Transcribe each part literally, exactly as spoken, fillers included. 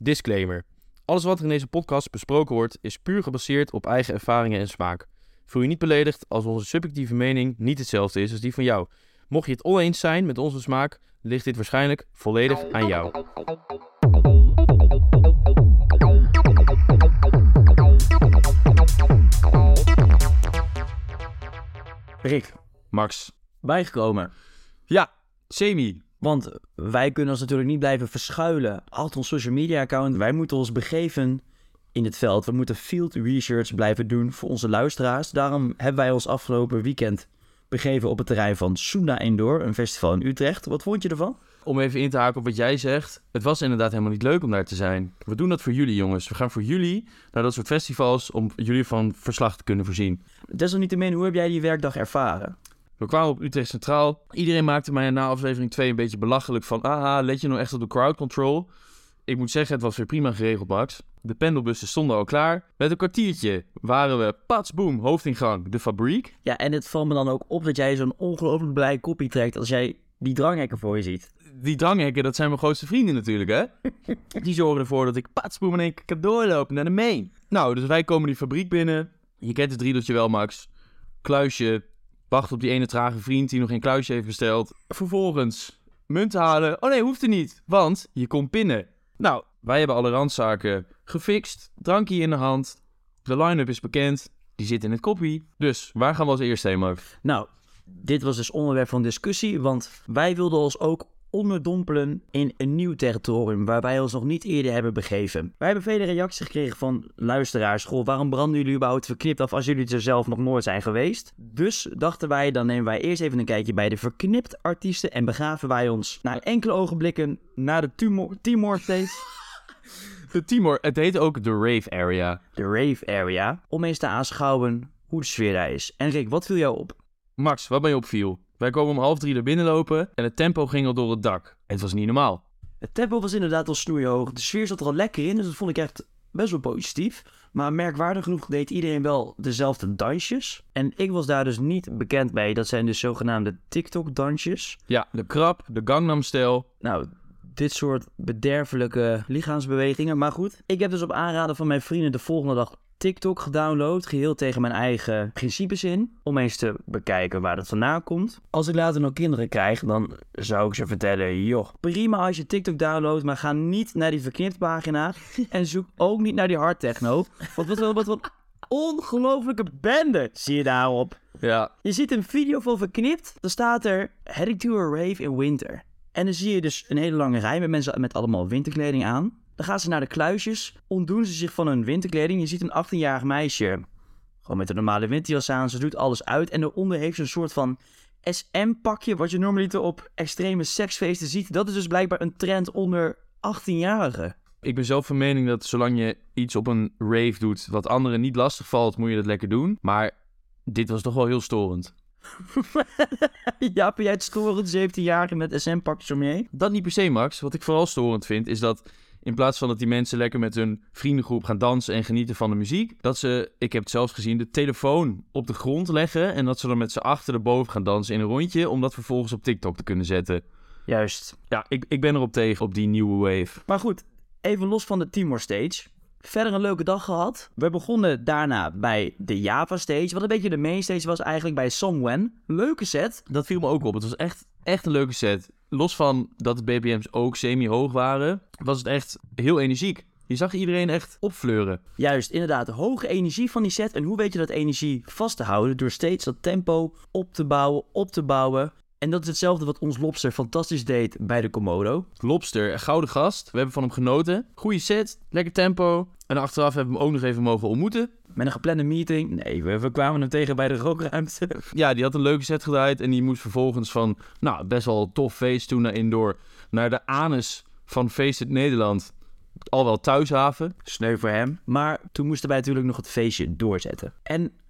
Disclaimer. Alles wat er in deze podcast besproken wordt is puur gebaseerd op eigen ervaringen en smaak. Voel je niet beledigd als onze subjectieve mening niet hetzelfde is als die van jou. Mocht je het oneens zijn met onze smaak, ligt dit waarschijnlijk volledig aan jou. Rick, Max. bijgekomen. Ja, semi. Want wij kunnen ons natuurlijk niet blijven verschuilen achter ons social media account. Wij moeten ons begeven in het veld. We moeten field research blijven doen voor onze luisteraars. Daarom hebben wij ons afgelopen weekend begeven op het terrein van Sunda Indoor, een festival in Utrecht. Wat vond je ervan? Om even in te haken op wat jij zegt. Het was inderdaad helemaal niet leuk om daar te zijn. We doen dat voor jullie, jongens. We gaan voor jullie naar dat soort festivals om jullie van verslag te kunnen voorzien. Desalniettemin, hoe heb jij die werkdag ervaren? We kwamen op Utrecht Centraal. Iedereen maakte mij na aflevering twee een beetje belachelijk van... Aha, let je nou echt op de crowd control? Ik moet zeggen, het was weer prima geregeld, Max. De pendelbussen stonden al klaar. Met een kwartiertje waren we, pats, boom, hoofdingang, de fabriek. Ja, en het valt me dan ook op dat jij zo'n ongelooflijk blij koppie trekt als jij die dranghekken voor je ziet. Die dranghekken, dat zijn mijn grootste vrienden natuurlijk, hè? Die zorgen ervoor dat ik, pats, boom, in één keer kan doorlopen naar de main. Nou, dus wij komen die fabriek binnen. Je kent het riedeltje wel, Max. Kluisje, wacht op die ene trage vriend die nog geen kluisje heeft besteld. Vervolgens munt halen. Oh nee, hoeft er niet, want je komt pinnen. Nou, wij hebben alle randzaken gefixt. Drankje in de hand. De line-up is bekend. Die zit in het koppie. Dus, waar gaan we als eerste heen, Max? Nou, dit was dus onderwerp van discussie, want wij wilden ons ook onderdompelen in een nieuw territorium waar wij ons nog niet eerder hebben begeven. Wij hebben vele reacties gekregen van luisteraars. Goh, waarom branden jullie überhaupt verknipt af als jullie er zelf nog nooit zijn geweest? Dus dachten wij, dan nemen wij eerst even een kijkje bij de verknipt artiesten en begaven wij ons na enkele ogenblikken naar de Timor, Timor Stage. De Timor, het heet ook de Rave Area. De Rave Area, om eens te aanschouwen hoe de sfeer daar is. En Rick, wat viel jou op? Max, wat ben je opviel? Wij komen om half drie er binnen lopen en het tempo ging al door het dak. Het was niet normaal. Het tempo was inderdaad al snoeihoog. De sfeer zat er al lekker in, dus dat vond ik echt best wel positief. Maar merkwaardig genoeg deed iedereen wel dezelfde dansjes. En ik was daar dus niet bekend mee. Dat zijn dus zogenaamde TikTok-dansjes. Ja, de krab, de Gangnam-stijl. Nou, dit soort bederfelijke lichaamsbewegingen. Maar goed, ik heb dus op aanraden van mijn vrienden de volgende dag TikTok gedownload, geheel tegen mijn eigen principes in, om eens te bekijken waar dat vandaan komt. Als ik later nog kinderen krijg, dan zou ik ze vertellen, joh, prima als je TikTok downloadt, maar ga niet naar die verknipt pagina en zoek ook niet naar die hardtechno. Want wat wat, wat, wat ongelofelijke bende zie je daarop. Ja. Je ziet een video van verknipt, dan staat er heading to a rave in winter. En dan zie je dus een hele lange rij met mensen met allemaal winterkleding aan. Dan gaan ze naar de kluisjes, ontdoen ze zich van hun winterkleding. Je ziet een achttienjarig meisje, gewoon met een normale winterjas aan. Ze doet alles uit en daaronder heeft ze een soort van S M-pakje, wat je normaliter op extreme seksfeesten ziet. Dat is dus blijkbaar een trend onder achttienjarigen. Ik ben zelf van mening dat zolang je iets op een rave doet wat anderen niet lastig valt, moet je dat lekker doen. Maar dit was toch wel heel storend. Ja, ben jij het storend zeventienjarige met S M-pakjes om je heen? Dat niet per se, Max. Wat ik vooral storend vind, is dat in plaats van dat die mensen lekker met hun vriendengroep gaan dansen en genieten van de muziek, dat ze, ik heb het zelfs gezien, de telefoon op de grond leggen en dat ze dan met z'n achter erboven gaan dansen in een rondje, om dat vervolgens op TikTok te kunnen zetten. Juist. Ja, ik, ik ben erop tegen, op die nieuwe wave. Maar goed, even los van de Timor Stage. Verder een leuke dag gehad. We begonnen daarna bij de Java Stage, wat een beetje de main stage was eigenlijk bij Songwen. Leuke set. Dat viel me ook op. Het was echt, echt een leuke set. Los van dat de B P M's ook semi-hoog waren, was het echt heel energiek. Je zag iedereen echt opfleuren. Juist, inderdaad. De hoge energie van die set. En hoe weet je dat energie vast te houden? Door steeds dat tempo op te bouwen, op te bouwen. En dat is hetzelfde wat ons Lobster fantastisch deed bij de Komodo. Lobster, een gouden gast. We hebben van hem genoten. Goeie set, lekker tempo. En achteraf hebben we hem ook nog even mogen ontmoeten. Met een geplande meeting. Nee, we, we kwamen hem tegen bij de rookruimte. Ja, die had een leuke set gedraaid. En die moest vervolgens van, nou, best wel tof feest toen naar Indoor, naar de anus van Feest in Nederland. Al wel thuishaven. Sneu voor hem. Maar toen moesten wij natuurlijk nog het feestje doorzetten. En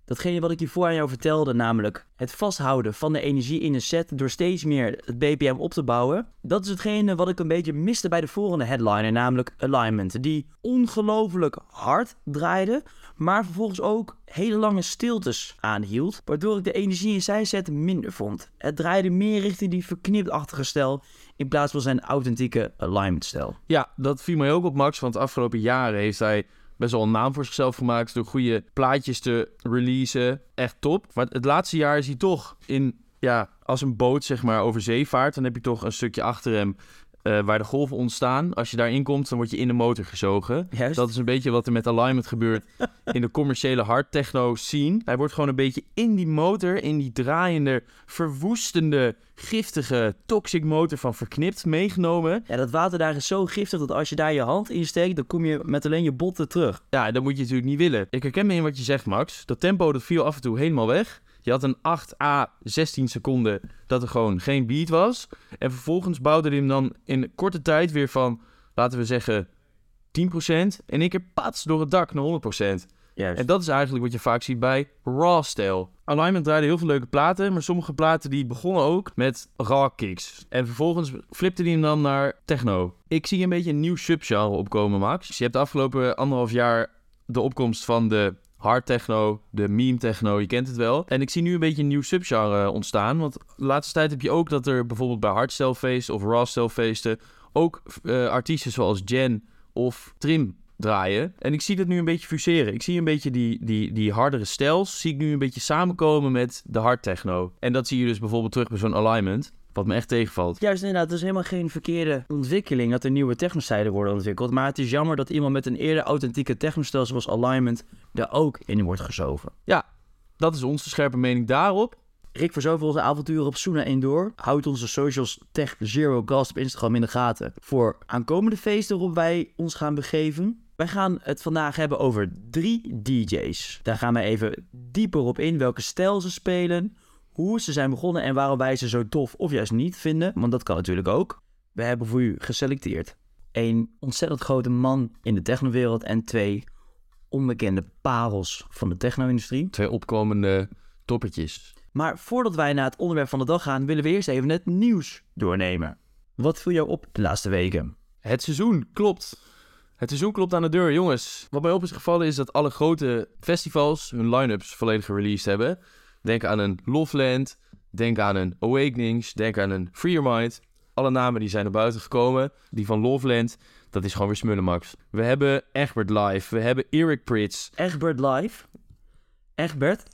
Datgene wat ik hiervoor aan jou vertelde, namelijk het vasthouden van de energie in een set door steeds meer het B P M op te bouwen. Dat is hetgene wat ik een beetje miste bij de volgende headliner, namelijk Alignment. Die ongelooflijk hard draaide, maar vervolgens ook hele lange stiltes aanhield, waardoor ik de energie in zijn set minder vond. Het draaide meer richting die verkniptachtige stijl in plaats van zijn authentieke Alignment stijl. Ja, dat viel mij ook op, Max, want de afgelopen jaren heeft hij best wel een naam voor zichzelf gemaakt door goede plaatjes te releasen. Echt top. Maar het laatste jaar is hij toch in, ja, als een boot zeg maar over zee vaart, dan heb je toch een stukje achter hem uh, waar de golven ontstaan. Als je daarin komt, dan word je in de motor gezogen. Juist. Dat is een beetje wat er met Alignment gebeurt in de commerciële hard techno scene. Hij wordt gewoon een beetje in die motor, in die draaiende, verwoestende, giftige, toxic motor van Verknipt meegenomen. Ja, dat water daar is zo giftig dat als je daar je hand in steekt, dan kom je met alleen je botten terug. Ja, dat moet je natuurlijk niet willen. Ik herken me in wat je zegt, Max. Dat tempo, dat viel af en toe helemaal weg. Je had een acht à zestien seconden dat er gewoon geen beat was. En vervolgens bouwde hij hem dan in korte tijd weer van, laten we zeggen, tien procent. En één keer pats door het dak naar honderd procent. Juist. En dat is eigenlijk wat je vaak ziet bij raw-stijl. Alignment draaide heel veel leuke platen, maar sommige platen die begonnen ook met raw kicks. En vervolgens flipte hij hem dan naar techno. Ik zie een beetje een nieuw subgenre opkomen, Max. Dus je hebt de afgelopen anderhalf jaar de opkomst van de hard techno, de meme techno, je kent het wel. En ik zie nu een beetje een nieuw subgenre ontstaan. Want de laatste tijd heb je ook dat er bijvoorbeeld bij hardstyle feesten of rawstyle feesten ook uh, artiesten zoals Jen of Trim draaien. En ik zie dat nu een beetje fuseren. Ik zie een beetje die, die, die hardere stijls, zie ik nu een beetje samenkomen met de hard techno. En dat zie je dus bijvoorbeeld terug bij zo'n Alignment, wat me echt tegenvalt. Juist, inderdaad. Het is helemaal geen verkeerde ontwikkeling dat er nieuwe technostijlen worden ontwikkeld. Maar het is jammer dat iemand met een eerder authentieke technostijl zoals Alignment er ook in wordt geschoven. Ja, dat is onze scherpe mening daarop. Rick, voor zoveel onze avonturen op Suna Indoor, houdt onze socials Tech Zero Gast op Instagram in de gaten voor aankomende feesten waarop wij ons gaan begeven. Wij gaan het vandaag hebben over drie D J's. Daar gaan we even dieper op in welke stijl ze spelen, hoe ze zijn begonnen en waarom wij ze zo tof of juist niet vinden, want dat kan natuurlijk ook. We hebben voor u geselecteerd één ontzettend grote man in de technowereld en twee onbekende parels van de techno-industrie. Twee opkomende toppertjes. Maar voordat wij naar het onderwerp van de dag gaan, willen we eerst even het nieuws doornemen. Wat viel jou op de laatste weken? Het seizoen klopt. Het seizoen klopt aan de deur, jongens. Wat mij op is gevallen is dat alle grote festivals hun line-ups volledig gereleased hebben. Denk aan een Loveland, denk aan een Awakenings, denk aan een Free Your Mind. Alle namen die zijn naar buiten gekomen. Die van Loveland, dat is gewoon weer smullen, Max. We hebben Egbert live, we hebben Eric Prydz. Egbert live? Egbert?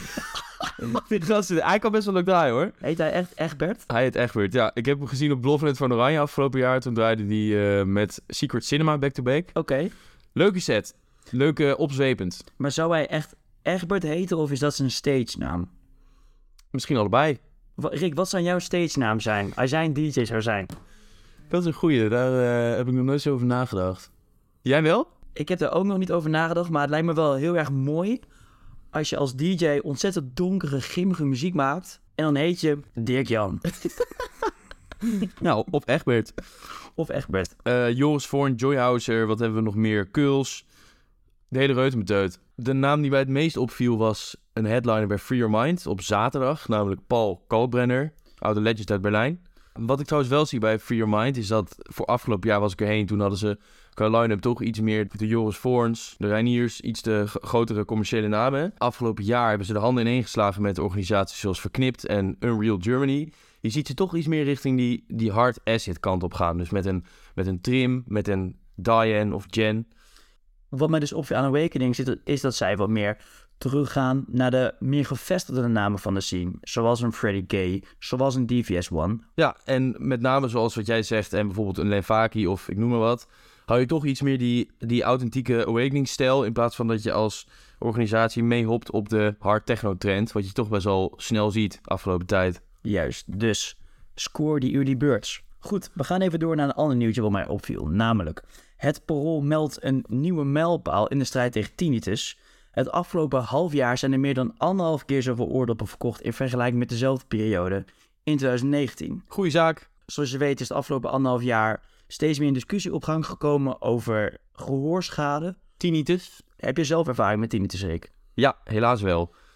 Hij kan best wel leuk draaien, hoor. Heet hij echt Egbert? Hij heet Egbert, ja. Ik heb hem gezien op Loveland van Oranje afgelopen jaar. Toen draaide hij uh, met Secret Cinema back-to-back. Oké. Okay. Leuke set. Leuke opzwepend. Maar zou hij echt Egbert heten of is dat zijn stage naam? Misschien allebei. Rick, wat zou jouw stage naam zijn als jij een D J zou zijn? Dat is een goeie. Daar uh, heb ik nog nooit zo over nagedacht. Jij wel? Ik heb er ook nog niet over nagedacht, maar het lijkt me wel heel erg mooi als je als D J ontzettend donkere, grimmige muziek maakt en dan heet je Dirk Jan. Nou, of Egbert. Of Egbert. Uh, Joris Voorn, Joyhauser, wat hebben we nog meer? Kuls. De hele reutemeteut. De naam die mij het meest opviel was een headliner bij Free Your Mind op zaterdag, namelijk Paul Kalkbrenner, oude legend uit Berlijn. Wat ik trouwens wel zie bij Free Your Mind is dat voor afgelopen jaar was ik erheen, toen hadden ze qua line-up toch iets meer de Joris Voorns, de Reiniers, iets de g- grotere commerciële namen. Afgelopen jaar hebben ze de handen ineengeslagen met organisaties zoals Verknipt en Unreal Germany. Je ziet ze toch iets meer richting die, die hard acid kant op gaan. Dus met een, met een Trim, met een Diane of Jen. Wat mij dus opviel aan Awakening zit, is dat zij wat meer teruggaan naar de meer gevestigde namen van de scene. Zoals een Freddie Gay, zoals een D V S one. Ja, en met name zoals wat jij zegt en bijvoorbeeld een Lenvaki of ik noem maar wat, hou je toch iets meer die, die authentieke Awakening-stijl in plaats van dat je als organisatie meehopt op de hard techno-trend, wat je toch best wel snel ziet afgelopen tijd. Juist, dus score die early birds. Goed, we gaan even door naar een ander nieuwtje wat mij opviel, namelijk het Parool meldt een nieuwe mijlpaal in de strijd tegen tinnitus. Het afgelopen half jaar zijn er meer dan anderhalf keer zoveel oordoppen verkocht in vergelijking met dezelfde periode in twintig negentien. Goeie zaak. Zoals je weet is het afgelopen anderhalf jaar steeds meer een discussie op gang gekomen over gehoorschade. Tinnitus. Heb je zelf ervaring met tinnitus, Rick? Ja, helaas wel.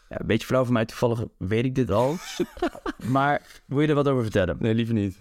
Ja, een beetje flauw van mij, toevallig weet ik dit al. Maar wil je er wat over vertellen? Nee, liever niet.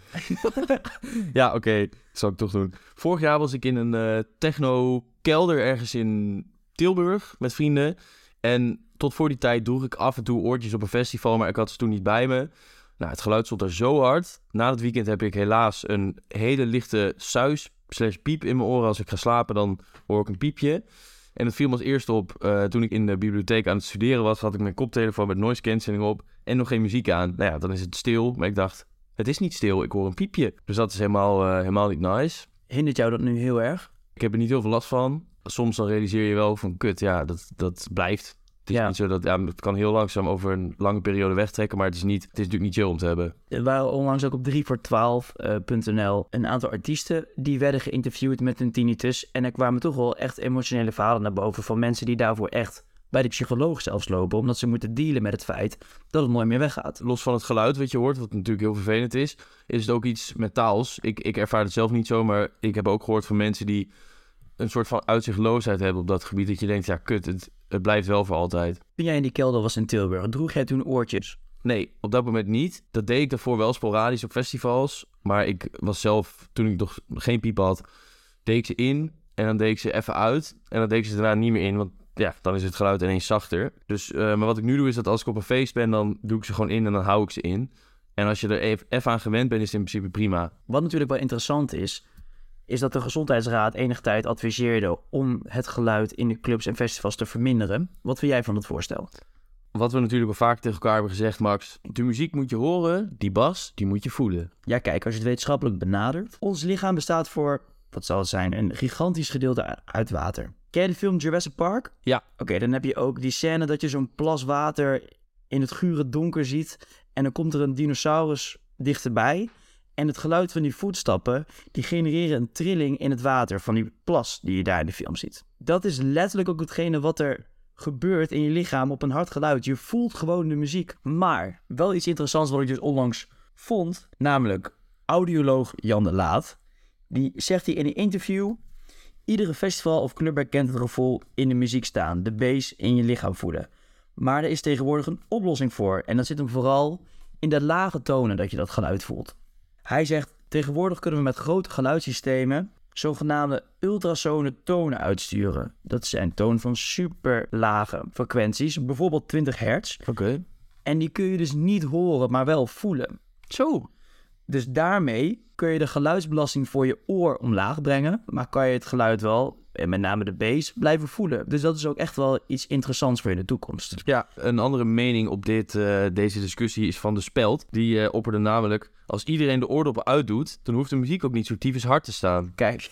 ja, oké. Okay. Dat zal ik toch doen. Vorig jaar was ik in een uh, techno-kelder ergens in Tilburg met vrienden. En tot voor die tijd droeg ik af en toe oortjes op een festival, maar ik had ze toen niet bij me. Nou, het geluid stond er zo hard. Na dat weekend heb ik helaas een hele lichte suis slash piep in mijn oren. Als ik ga slapen, dan hoor ik een piepje. En het viel me als eerste op, uh, toen ik in de bibliotheek aan het studeren was, had ik mijn koptelefoon met noise cancelling op en nog geen muziek aan. Nou ja, dan is het stil. Maar ik dacht, het is niet stil, ik hoor een piepje. Dus dat is helemaal, uh, helemaal niet nice. Hindert jou dat nu heel erg? Ik heb er niet heel veel last van. Soms dan realiseer je wel van, kut, ja, dat, dat blijft. Het is ja. niet zo dat, ja, het kan heel langzaam over een lange periode wegtrekken, maar het is, niet, het is natuurlijk niet chill om te hebben. Er waren onlangs ook op drie voor twaalf punt n l een aantal artiesten die werden geïnterviewd met hun tinnitus. En er kwamen toch wel echt emotionele verhalen naar boven van mensen die daarvoor echt bij de psycholoog zelfs lopen, omdat ze moeten dealen met het feit dat het nooit meer weggaat. Los van het geluid wat je hoort, wat natuurlijk heel vervelend is, is het ook iets mentaals. Ik, ik ervaar het zelf niet zo, maar ik heb ook gehoord van mensen die een soort van uitzichtloosheid hebben op dat gebied, dat je denkt, ja kut, het, het blijft wel voor altijd. Toen jij in die kelder was in Tilburg, droeg jij toen oortjes? Nee, op dat moment niet. Dat deed ik daarvoor wel sporadisch op festivals, maar ik was zelf, toen ik nog geen piep had, deed ik ze in en dan deed ik ze even uit en dan deed ik ze daarna niet meer in, want ja, dan is het geluid ineens zachter. Dus, uh, maar wat ik nu doe is dat als ik op een feest ben, dan doe ik ze gewoon in en dan hou ik ze in. En als je er even, even aan gewend bent, is het in principe prima. Wat natuurlijk wel interessant is, is dat de Gezondheidsraad enige tijd adviseerde om het geluid in de clubs en festivals te verminderen. Wat vind jij van dat voorstel? Wat we natuurlijk al vaak tegen elkaar hebben gezegd, Max. De muziek moet je horen, die bas, die moet je voelen. Ja, kijk, als je het wetenschappelijk benadert. Ons lichaam bestaat voor, wat zal het zijn, een gigantisch gedeelte uit water. Ken je de film Jurassic Park? Ja. Oké, okay, dan heb je ook die scène dat je zo'n plas water in het gure donker ziet. En dan komt er een dinosaurus dichterbij. En het geluid van die voetstappen, die genereren een trilling in het water van die plas die je daar in de film ziet. Dat is letterlijk ook hetgene wat er gebeurt in je lichaam op een hard geluid. Je voelt gewoon de muziek. Maar wel iets interessants wat ik dus onlangs vond, namelijk audioloog Jan de Laat. Die zegt hier in een interview: iedere festival of club herkent het gevoel in de muziek staan, de bass in je lichaam voelen. Maar er is tegenwoordig een oplossing voor en dat zit hem vooral in de lage tonen dat je dat geluid voelt. Hij zegt, tegenwoordig kunnen we met grote geluidssystemen zogenaamde ultrasone tonen uitsturen. Dat zijn tonen van super lage frequenties, bijvoorbeeld twintig hertz. Oké. Okay. En die kun je dus niet horen, maar wel voelen. Zo. Dus daarmee kun je de geluidsbelasting voor je oor omlaag brengen, maar kan je het geluid wel, en met name de bass, blijven voelen. Dus dat is ook echt wel iets interessants voor je in de toekomst. Ja, een andere mening op dit, uh, deze discussie is van De Speld. Die uh, opperde namelijk, als iedereen de oordoppen uitdoet, dan hoeft de muziek ook niet zo tyfus hard te staan. Kijk.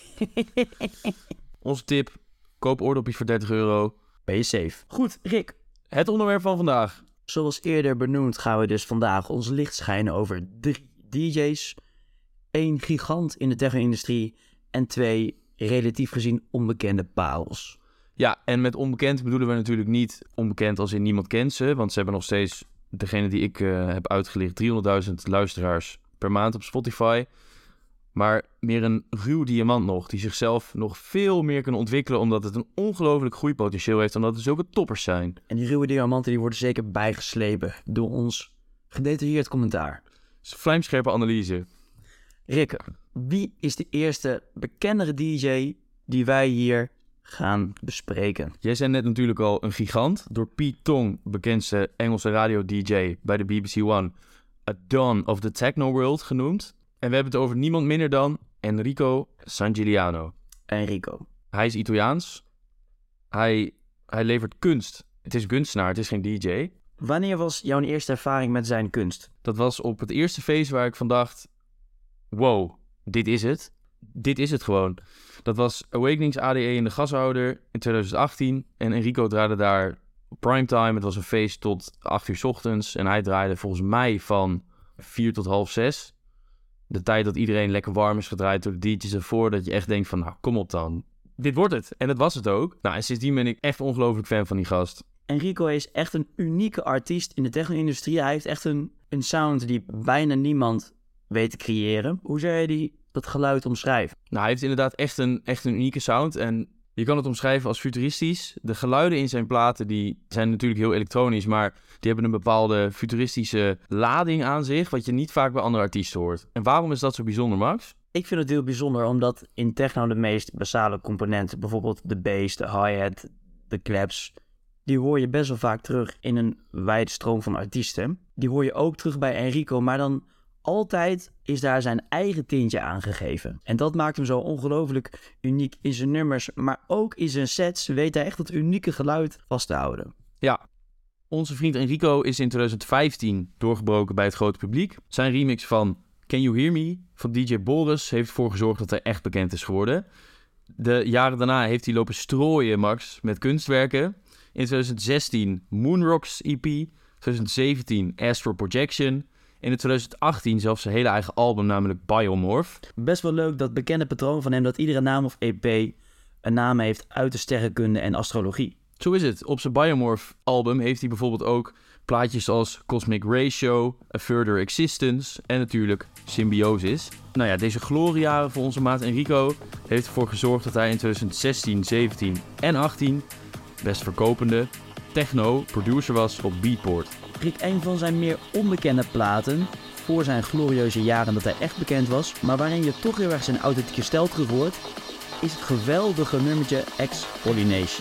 Onze tip, koop oordopjes voor dertig euro. Ben je safe. Goed, Rick. Het onderwerp van vandaag. Zoals eerder benoemd gaan we dus vandaag ons licht schijnen over drie D J's. Eén gigant in de techno-industrie en twee relatief gezien onbekende parels. Ja, en met onbekend bedoelen we natuurlijk niet onbekend als in niemand kent ze, want ze hebben nog steeds, degene die ik uh, heb uitgelicht, driehonderdduizend luisteraars per maand op Spotify. Maar meer een ruw diamant nog, die zichzelf nog veel meer kunnen ontwikkelen, omdat het een ongelooflijk groeipotentieel heeft, omdat het zulke toppers zijn. En die ruwe diamanten die worden zeker bijgeslepen door ons gedetailleerd commentaar. Vlijmscherpe analyse. Rick, wie is de eerste bekendere D J die wij hier gaan bespreken? Jij zei net natuurlijk al een gigant, door Pete Tong, bekendste Engelse radio-D J bij de B B C One, a Dawn of the Techno World genoemd. En we hebben het over niemand minder dan Enrico Sangiuliano. Enrico. Hij is Italiaans. Hij, hij levert kunst. Het is een kunstenaar, het is geen D J. Wanneer was jouw eerste ervaring met zijn kunst? Dat was op het eerste feest waar ik van dacht, wow, dit is het. Dit is het gewoon. Dat was Awakenings A D E in de Gashouder in twintig achttien. En Enrico draaide daar primetime. Het was een feest tot acht uur 's ochtends. En hij draaide volgens mij van vier tot half zes. De tijd dat iedereen lekker warm is gedraaid door de D J's ervoor. Dat je echt denkt van, nou kom op dan. Dit wordt het. En dat was het ook. Nou, en sindsdien ben ik echt ongelooflijk fan van die gast. Enrico is echt een unieke artiest in de techno-industrie. Hij heeft echt een, een sound die bijna niemand weet te creëren. Hoe zou je die, dat geluid omschrijven? Nou, hij heeft inderdaad echt een, echt een unieke sound. En Je kan het omschrijven als futuristisch. De geluiden in zijn platen die zijn natuurlijk heel elektronisch, maar die hebben een bepaalde futuristische lading aan zich, wat je niet vaak bij andere artiesten hoort. En waarom is dat zo bijzonder, Max? Ik vind het heel bijzonder omdat in techno de meest basale componenten, bijvoorbeeld de bass, de hi-hat, de claps, die hoor je best wel vaak terug in een wijde stroom van artiesten. Die hoor je ook terug bij Enrico, maar dan altijd is daar zijn eigen tintje aangegeven. En dat maakt hem zo ongelooflijk uniek in zijn nummers, maar ook in zijn sets weet hij echt dat unieke geluid vast te houden. Ja, onze vriend Enrico is in twintig vijftien doorgebroken bij het grote publiek. Zijn remix van Can You Hear Me van D J Boris heeft ervoor gezorgd dat hij echt bekend is geworden. De jaren daarna heeft hij lopen strooien, Max, met kunstwerken. In twintig zestien Moonrocks E P, twintig zeventien Astral Projection. En in twintig achttien zelfs zijn hele eigen album, namelijk Biomorph. Best wel leuk dat bekende patroon van hem dat iedere naam of E P een naam heeft uit de sterrenkunde en astrologie. Zo is het. Op zijn Biomorph album heeft hij bijvoorbeeld ook plaatjes als Cosmic Ratio, A Further Existence en natuurlijk Symbiosis. Nou ja, deze gloriejaren voor onze maat Enrico heeft ervoor gezorgd dat hij in twintig zestien, zeventien en achttien best verkopende techno-producer was op Beatport. Rick, een van zijn meer onbekende platen, voor zijn glorieuze jaren dat hij echt bekend was, maar waarin je toch heel erg zijn authentieke stijl terug hoort, is het geweldige nummertje X-Pollination.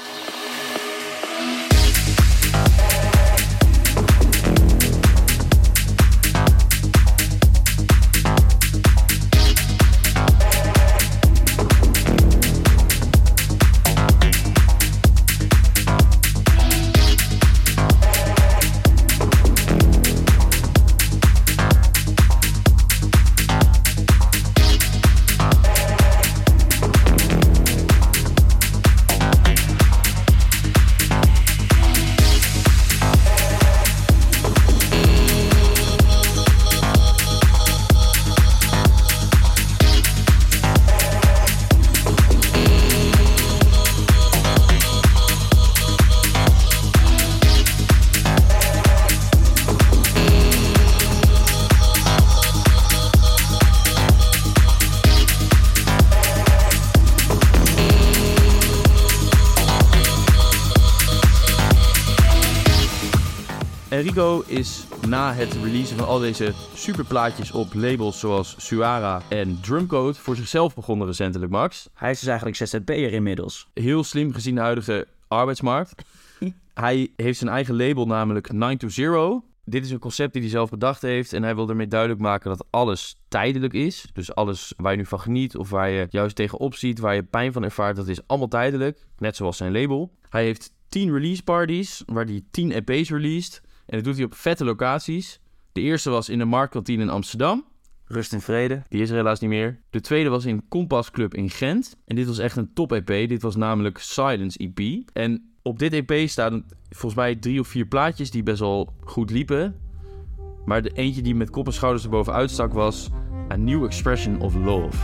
Enrico is na het releasen van al deze superplaatjes op labels zoals Suara en Drumcode voor zichzelf begonnen recentelijk, Max. Hij is dus eigenlijk Z Z P'er inmiddels. Heel slim gezien de huidige arbeidsmarkt. Hij heeft zijn eigen label, namelijk nine to zero. Dit is een concept die hij zelf bedacht heeft en hij wil ermee duidelijk maken dat alles tijdelijk is. Dus alles waar je nu van geniet of waar je juist tegenop ziet, waar je pijn van ervaart, dat is allemaal tijdelijk. Net zoals zijn label. Hij heeft tien release parties, waar hij tien E P's released. En dat doet hij op vette locaties. De eerste was in de Marktkantine in Amsterdam. Rust en vrede. Die is er helaas niet meer. De tweede was in Kompas Club in Gent. En dit was echt een top E P. Dit was namelijk Silence E P. En op dit E P staan volgens mij drie of vier plaatjes die best wel goed liepen. Maar de eentje die met kop en schouders erboven uitstak was A New Expression of Love.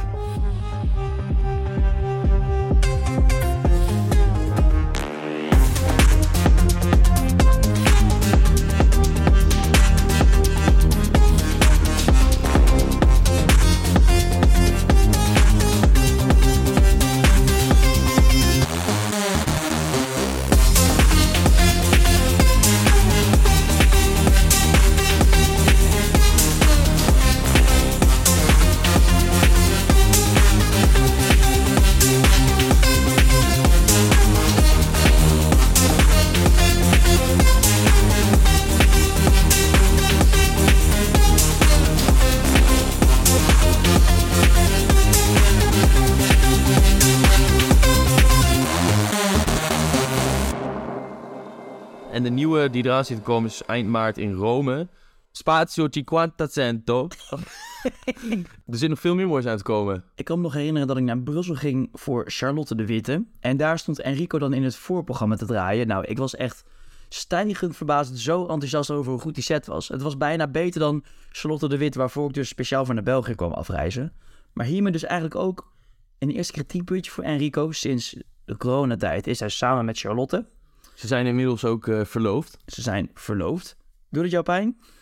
En de nieuwe die eraan zit te komen is eind maart in Rome. Spazio cinquantacento. Er zit nog veel meer moois aan te komen. Ik kan me nog herinneren dat ik naar Brussel ging voor Charlotte de Witte. En daar stond Enrico dan in het voorprogramma te draaien. Nou, ik was echt stijgend verbaasd, zo enthousiast over hoe goed die set was. Het was bijna beter dan Charlotte de Witte, waarvoor ik dus speciaal voor naar België kwam afreizen. Maar hiermee dus eigenlijk ook een eerste kritiekpuntje voor Enrico. Sinds de coronatijd is hij samen met Charlotte. Ze zijn inmiddels ook uh, verloofd. Ze zijn verloofd. Doet het jou pijn?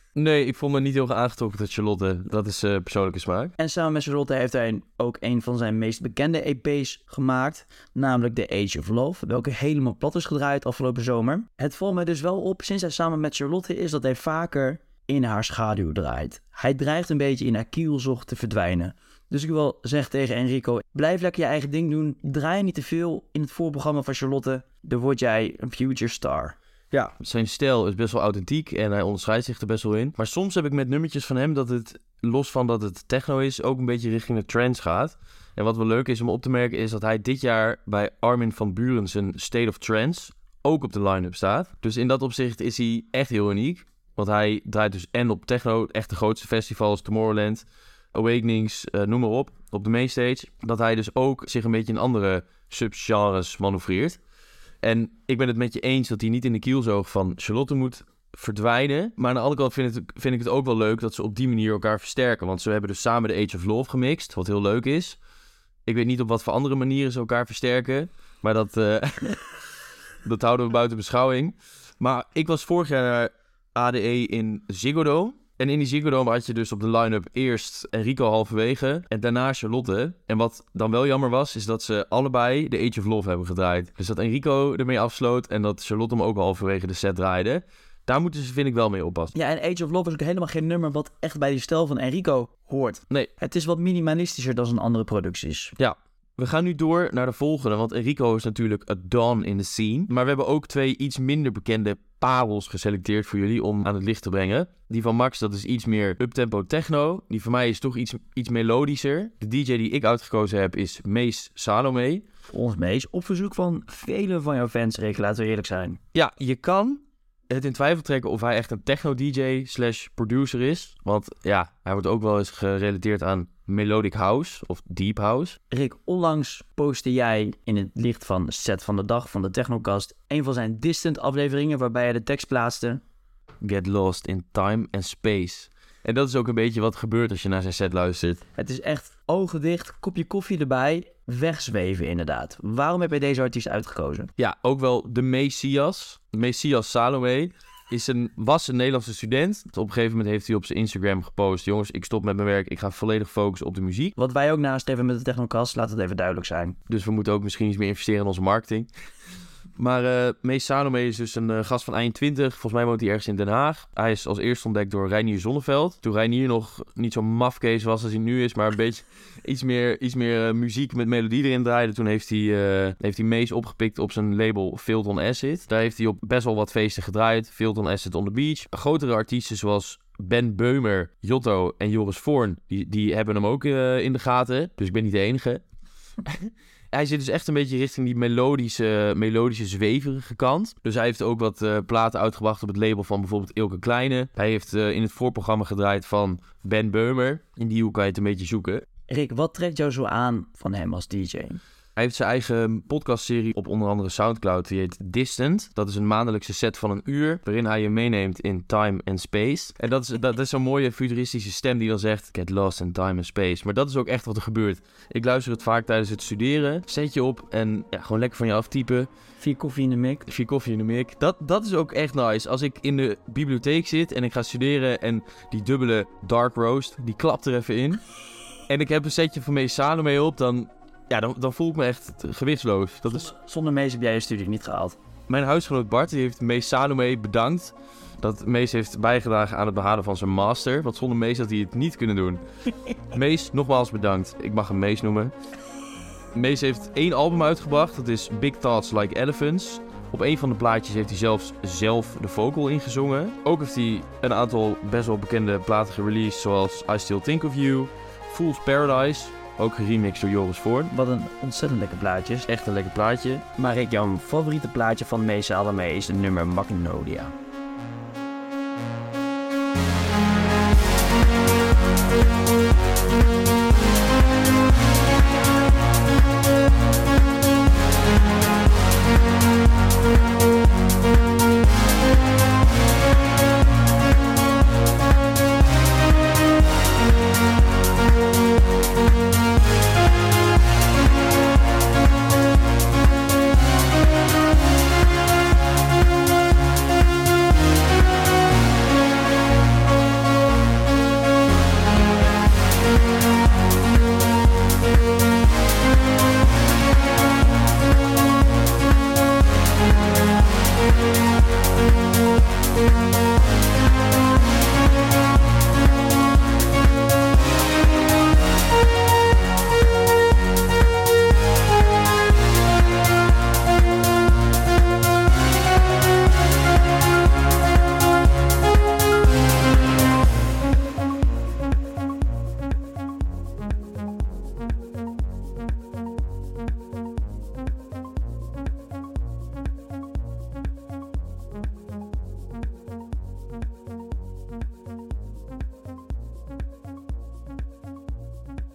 Nee, ik vond me niet heel aangetrokken tot Charlotte. Dat is uh, persoonlijke smaak. En samen met Charlotte heeft hij ook een van zijn meest bekende E P's gemaakt. Namelijk The Age of Love. Welke helemaal plat is gedraaid afgelopen zomer. Het valt me dus wel op sinds hij samen met Charlotte is dat hij vaker in haar schaduw draait. Hij dreigt een beetje in haar kielzog te verdwijnen. Dus ik wil zeggen tegen Enrico, blijf lekker je eigen ding doen. Draai niet te veel in het voorprogramma van Charlotte. Dan word jij een future star. Ja, zijn stijl is best wel authentiek en hij onderscheidt zich er best wel in. Maar soms heb ik met nummertjes van hem dat het, los van dat het techno is, ook een beetje richting de trance gaat. En wat wel leuk is om op te merken is dat hij dit jaar bij Armin van Buuren zijn State of Trance ook op de line-up staat. Dus in dat opzicht is hij echt heel uniek. Want hij draait dus en op techno, echt de grootste festivals, Tomorrowland, Awakenings, uh, noem maar op, op de mainstage. Dat hij dus ook zich een beetje in andere subgenres manoeuvreert. En ik ben het met je eens dat hij niet in de kielzoog van Charlotte moet verdwijnen. Maar aan de andere kant vind, het, vind ik het ook wel leuk dat ze op die manier elkaar versterken. Want ze hebben dus samen de Age of Love gemixt, wat heel leuk is. Ik weet niet op wat voor andere manieren ze elkaar versterken. Maar dat, uh, dat houden we buiten beschouwing. Maar ik was vorig jaar naar A D E in Ziggo Dome. En in die Ziggo Dome had je dus op de line-up eerst Enrico halverwege en daarna Charlotte. En wat dan wel jammer was, is dat ze allebei de Age of Love hebben gedraaid. Dus dat Enrico ermee afsloot en dat Charlotte hem ook halverwege de set draaide. Daar moeten ze, vind ik, wel mee oppassen. Ja, en Age of Love is ook helemaal geen nummer wat echt bij die stijl van Enrico hoort. Nee. Het is wat minimalistischer dan zijn andere producties. Ja. We gaan nu door naar de volgende, want Enrico is natuurlijk a dawn in the scene. Maar we hebben ook twee iets minder bekende parels geselecteerd voor jullie om aan het licht te brengen. Die van Max, dat is iets meer uptempo techno. Die van mij is toch iets, iets melodischer. De D J die ik uitgekozen heb is Mees Salome. Ons Mees, op verzoek van vele van jouw fans, Rick, laten we eerlijk zijn. Ja, je kan het in twijfel trekken of hij echt een techno-D J slash producer is. Want ja, hij wordt ook wel eens gerelateerd aan melodic house of deep house. Rick, onlangs postte jij in het licht van Set van de Dag van de Technocast een van zijn Distant afleveringen waarbij hij de tekst plaatste: Get lost in time and space. En dat is ook een beetje wat gebeurt als je naar zijn set luistert. Het is echt ogen dicht, kopje koffie erbij, wegzweven inderdaad. Waarom heb je deze artiest uitgekozen? Ja, ook wel de Messias. Messias Salome is een, was een Nederlandse student. Op een gegeven moment heeft hij op zijn Instagram gepost: jongens, ik stop met mijn werk, ik ga volledig focussen op de muziek. Wat wij ook nastreven met de Technocast, laat het even duidelijk zijn. Dus we moeten ook misschien iets meer investeren in onze marketing. Maar uh, Mees Salome is dus een uh, gast van eenentwintig. Volgens mij woont hij ergens in Den Haag. Hij is als eerste ontdekt door Reinier Zonneveld. Toen Reinier nog niet zo'n mafkees was als hij nu is, maar een beetje iets meer, iets meer uh, muziek met melodie erin draaide. Toen heeft hij, uh, heeft hij Mees opgepikt op zijn label Filton Acid. Daar heeft hij op best wel wat feesten gedraaid. Filton Acid on the Beach. Grotere artiesten zoals Ben Beumer, Jotto en Joris Voorn, die, die hebben hem ook uh, in de gaten. Dus ik ben niet de enige. Hij zit dus echt een beetje richting die melodische, melodische zweverige kant. Dus hij heeft ook wat uh, platen uitgebracht op het label van bijvoorbeeld Ilke Kleine. Hij heeft uh, in het voorprogramma gedraaid van Ben Beumer. In die hoek kan je het een beetje zoeken. Rick, wat trekt jou zo aan van hem als D J? Hij heeft zijn eigen podcastserie op onder andere Soundcloud. Die heet Distant. Dat is een maandelijkse set van een uur, waarin hij je meeneemt in time and space. En dat is, dat is zo'n mooie futuristische stem die dan zegt: Get lost in time and space. Maar dat is ook echt wat er gebeurt. Ik luister het vaak tijdens het studeren. Zet je op en ja, gewoon lekker van je aftypen. Vier koffie in de mik. Vier koffie in de mik. Dat, dat is ook echt nice. Als ik in de bibliotheek zit en ik ga studeren en die dubbele dark roast, die klapt er even in. En ik heb een setje van Mees Salome op, dan... Ja, dan, dan voel ik me echt gewichtsloos. Dat is... Zonder Mees heb jij je studie niet gehaald. Mijn huisgenoot Bart die heeft Mees Salome bedankt dat Mees heeft bijgedragen aan het behalen van zijn master. Want zonder Mees had hij het niet kunnen doen. Mees, nogmaals bedankt. Ik mag hem Mees noemen. Mees heeft één album uitgebracht. Dat is Big Thoughts Like Elephants. Op een van de plaatjes heeft hij zelfs zelf de vocal ingezongen. Ook heeft hij een aantal best wel bekende platen gereleased, zoals I Still Think of You, Fool's Paradise... Ook geremixed door Joris Voorn. Wat een ontzettend lekker plaatje. Echt een lekker plaatje. Maar Rick, jouw favoriete plaatje van Mees Salome is het nummer Magnolia.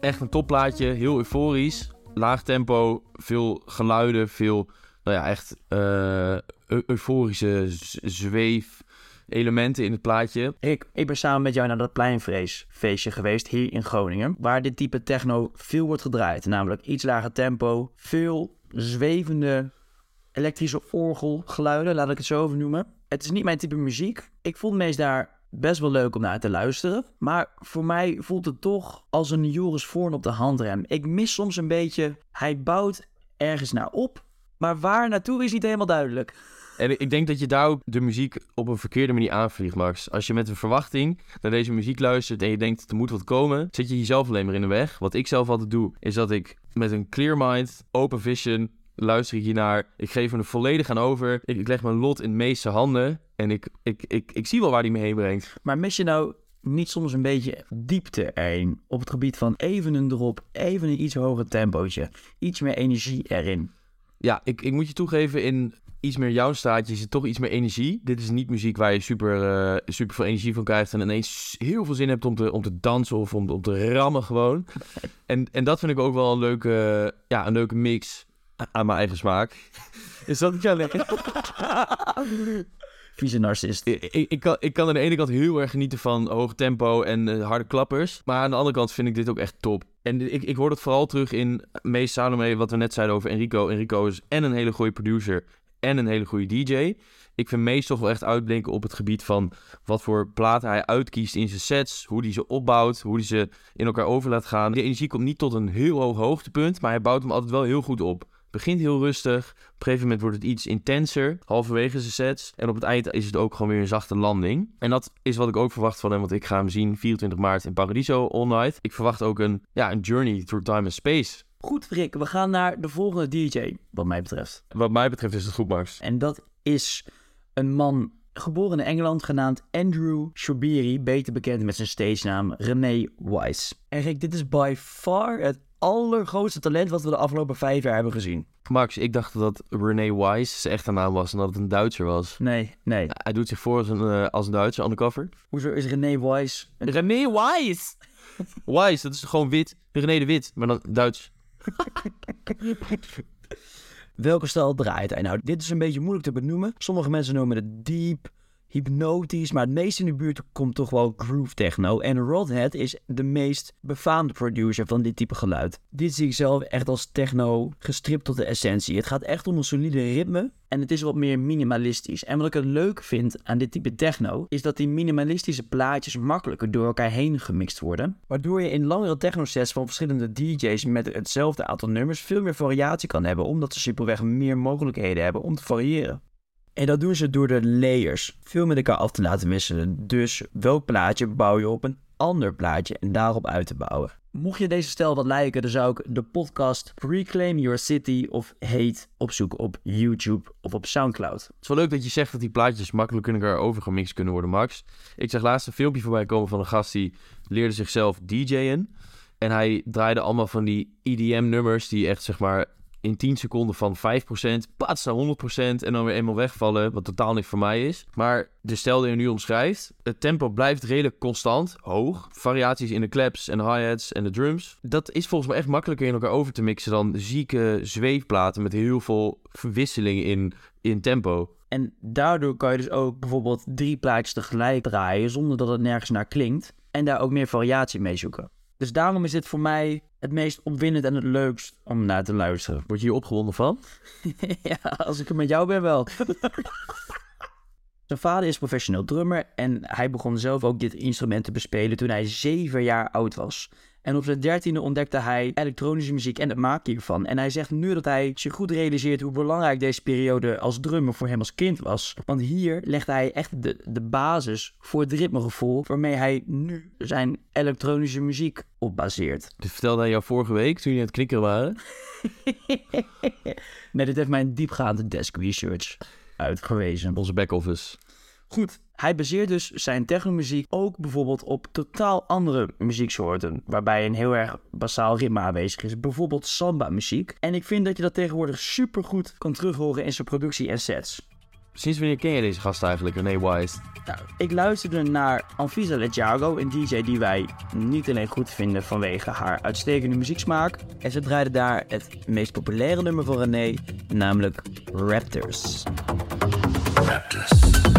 Echt een topplaatje, heel euforisch. Laag tempo, veel geluiden, veel, nou ja, echt uh, eu- euforische z- zweef... elementen in het plaatje. Ik, ik ben samen met jou naar dat Pleinvreesfeestje geweest hier in Groningen, waar dit type techno veel wordt gedraaid. Namelijk iets lager tempo, veel zwevende elektrische orgelgeluiden, laat ik het zo over noemen. Het is niet mijn type muziek. Ik vond meest daar best wel leuk om naar te luisteren. Maar voor mij voelt het toch als een Joris Voorn op de handrem. Ik mis soms een beetje, hij bouwt ergens naar op, maar waar naartoe is niet helemaal duidelijk. En ik denk dat je daar ook de muziek op een verkeerde manier aanvliegt, Max. Als je met een verwachting naar deze muziek luistert en je denkt er moet wat komen, zit je jezelf alleen maar in de weg. Wat ik zelf altijd doe, is dat ik met een clear mind, open vision, luister ik hiernaar. Ik geef me er volledig aan over. Ik, ik leg mijn lot in de meeste handen en ik, ik, ik, ik zie wel waar die me heen brengt. Maar mis je nou niet soms een beetje diepte erin op het gebied van even een drop, even een iets hoger tempootje, iets meer energie erin? Ja, ik, ik moet je toegeven, in iets meer jouw straatje zit toch iets meer energie. Dit is niet muziek waar je super, uh, super veel energie van krijgt en ineens heel veel zin hebt om te, om te dansen of om, om te rammen gewoon. En, en dat vind ik ook wel een leuke, ja, een leuke mix aan mijn eigen smaak. Is dat niet jou lekker? Vieze narcist. Ik, ik, ik, kan, ik kan aan de ene kant heel erg genieten van hoog tempo en uh, harde klappers. Maar aan de andere kant vind ik dit ook echt top. En ik, ik hoor dat vooral terug in Mees Salome, wat we net zeiden over Enrico. Enrico is en een hele goede producer en een hele goede D J. Ik vind Mees toch wel echt uitblinken op het gebied van wat voor platen hij uitkiest in zijn sets. Hoe hij ze opbouwt, hoe hij ze in elkaar over laat gaan. Die energie komt niet tot een heel hoog hoogtepunt, maar hij bouwt hem altijd wel heel goed op. Begint heel rustig, op een gegeven moment wordt het iets intenser, halverwege zijn sets. En op het eind is het ook gewoon weer een zachte landing. En dat is wat ik ook verwacht van hem, want ik ga hem zien vierentwintig maart in Paradiso All Night. Ik verwacht ook een, ja, een journey through time and space. Goed, Rick, we gaan naar de volgende D J, wat mij betreft. Wat mij betreft is het goed, Max. En dat is een man geboren in Engeland, genaamd Andrew Shobiri, beter bekend met zijn stage naam René Wise. En Rick, dit is by far het allergrootste talent wat we de afgelopen vijf jaar hebben gezien. Max, ik dacht dat René Wise zijn echte naam was en dat het een Duitser was. Nee, nee. Hij doet zich voor als een, uh, als een Duitser, undercover. Hoezo is René Wise... Een... René Wise! Wise, dat is gewoon wit. René de Wit, maar dan Duits. Welke stijl draait hij nou? Dit is een beetje moeilijk te benoemen. Sommige mensen noemen het deep, hypnotisch, maar het meest in de buurt komt toch wel groove techno. En Rodhead is de meest befaamde producer van dit type geluid. Dit zie ik zelf echt als techno gestript tot de essentie. Het gaat echt om een solide ritme en het is wat meer minimalistisch. En wat ik het leuk vind aan dit type techno, is dat die minimalistische plaatjes makkelijker door elkaar heen gemixt worden. Waardoor je in langere techno-sets van verschillende D J's met hetzelfde aantal nummers veel meer variatie kan hebben, omdat ze simpelweg meer mogelijkheden hebben om te variëren. En dat doen ze door de layers veel met elkaar af te laten wisselen. Dus welk plaatje bouw je op een ander plaatje en daarop uit te bouwen. Mocht je deze stijl wat liken, dan zou ik de podcast Reclaim Your City of Hate opzoeken op YouTube of op Soundcloud. Het is wel leuk dat je zegt dat die plaatjes makkelijk in elkaar overgemixt kunnen worden, Max. Ik zag laatst een filmpje voorbij komen van een gast die leerde zichzelf D J'en. En hij draaide allemaal van die E D M-nummers die echt, zeg maar, in tien seconden van vijf procent, pats naar honderd procent en dan weer eenmaal wegvallen, wat totaal niet voor mij is. Maar de stijl die je nu omschrijft, het tempo blijft redelijk constant, hoog. Variaties in de claps en de hi-hats en de drums. Dat is volgens mij echt makkelijker in elkaar over te mixen dan zieke zweefplaten met heel veel verwisseling in, in tempo. En daardoor kan je dus ook bijvoorbeeld drie plaatjes tegelijk draaien zonder dat het nergens naar klinkt. En daar ook meer variatie mee zoeken. Dus daarom is dit voor mij het meest opwindend en het leukst om naar te luisteren. Word je hier opgewonden van? Ja, als ik er met jou ben wel. Zijn vader is professioneel drummer en hij begon zelf ook dit instrument te bespelen toen hij zeven jaar oud was. En op zijn dertiende ontdekte hij elektronische muziek en het maken hiervan. En hij zegt nu dat hij zich goed realiseert hoe belangrijk deze periode als drummer voor hem als kind was. Want hier legde hij echt de, de basis voor het ritmegevoel waarmee hij nu zijn elektronische muziek op baseert. Dit vertelde hij jou vorige week toen jullie aan het knikkeren waren? Nee, dit heeft mijn diepgaande desk research uitgewezen. Onze back-office. Goed, hij baseert dus zijn technomuziek ook bijvoorbeeld op totaal andere muzieksoorten, waarbij een heel erg basaal ritme aanwezig is, bijvoorbeeld samba muziek. En ik vind dat je dat tegenwoordig supergoed kan terughoren in zijn productie en sets. Sinds wanneer ken je deze gast eigenlijk, René Wise? Nou, ik luisterde naar Anfisa Leggero, een D J die wij niet alleen goed vinden vanwege haar uitstekende muzieksmaak. En ze draaide daar het meest populaire nummer van René, namelijk Raptors. Raptors.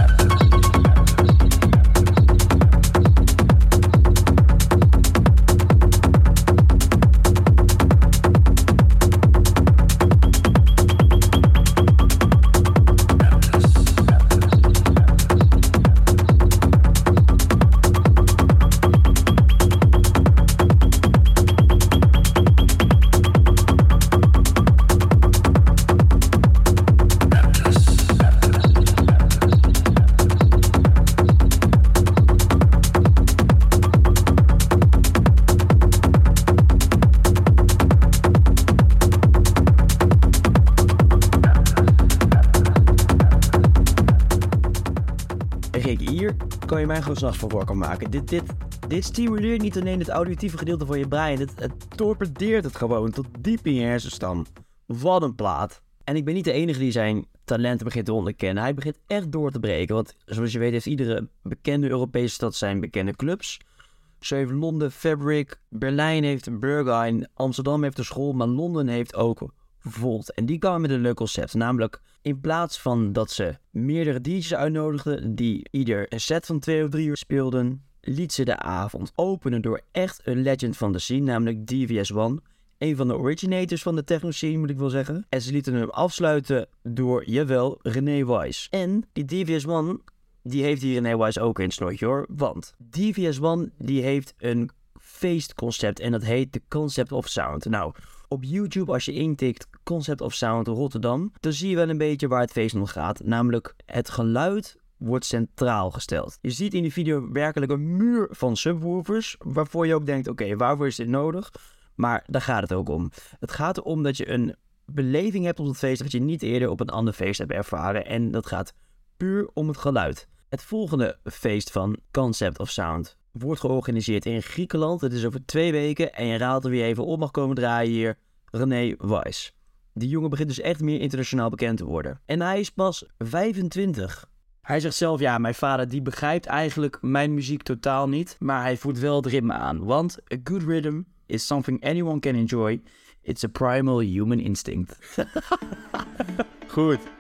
Hier kan je mijn geslacht voor wakker maken. Dit, dit, dit stimuleert niet alleen het auditieve gedeelte van je brein. Het, het torpedeert het gewoon tot diep in je hersenstam. Wat een plaat. En ik ben niet de enige die zijn talenten begint te onderkennen. Hij begint echt door te breken. Want zoals je weet heeft iedere bekende Europese stad zijn bekende clubs. Zo heeft Londen Fabric, Berlijn heeft Berghain, Amsterdam heeft de school, maar Londen heeft ook Volt. En die kwamen met een leuk concept. Namelijk, in plaats van dat ze meerdere D J's uitnodigden die ieder een set van twee of drie uur speelden, liet ze de avond openen door echt een legend van de scene, namelijk D V S one. Een van de originators van de techno scene, moet ik wel zeggen. En ze lieten hem afsluiten door, jawel, René Wise. En die D V S one, die heeft die René Wise ook in het snortje hoor. Want D V S one, die heeft een feestconcept en dat heet The Concept of Sound. Nou, op YouTube als je intikt Concept of Sound Rotterdam, dan zie je wel een beetje waar het feest om gaat. Namelijk, het geluid wordt centraal gesteld. Je ziet in die video werkelijk een muur van subwoofers, waarvoor je ook denkt, oké, okay, waarvoor is dit nodig? Maar daar gaat het ook om. Het gaat erom dat je een beleving hebt op het feest dat je niet eerder op een ander feest hebt ervaren. En dat gaat puur om het geluid. Het volgende feest van Concept of Sound wordt georganiseerd in Griekenland. Het is over twee weken en je raadt er weer even op mag komen draaien hier. René Wise. Die jongen begint dus echt meer internationaal bekend te worden. En hij is pas vijfentwintig. Hij zegt zelf, ja, mijn vader die begrijpt eigenlijk mijn muziek totaal niet. Maar hij voert wel het ritme aan. Want a good rhythm is something anyone can enjoy. It's a primal human instinct. Goed.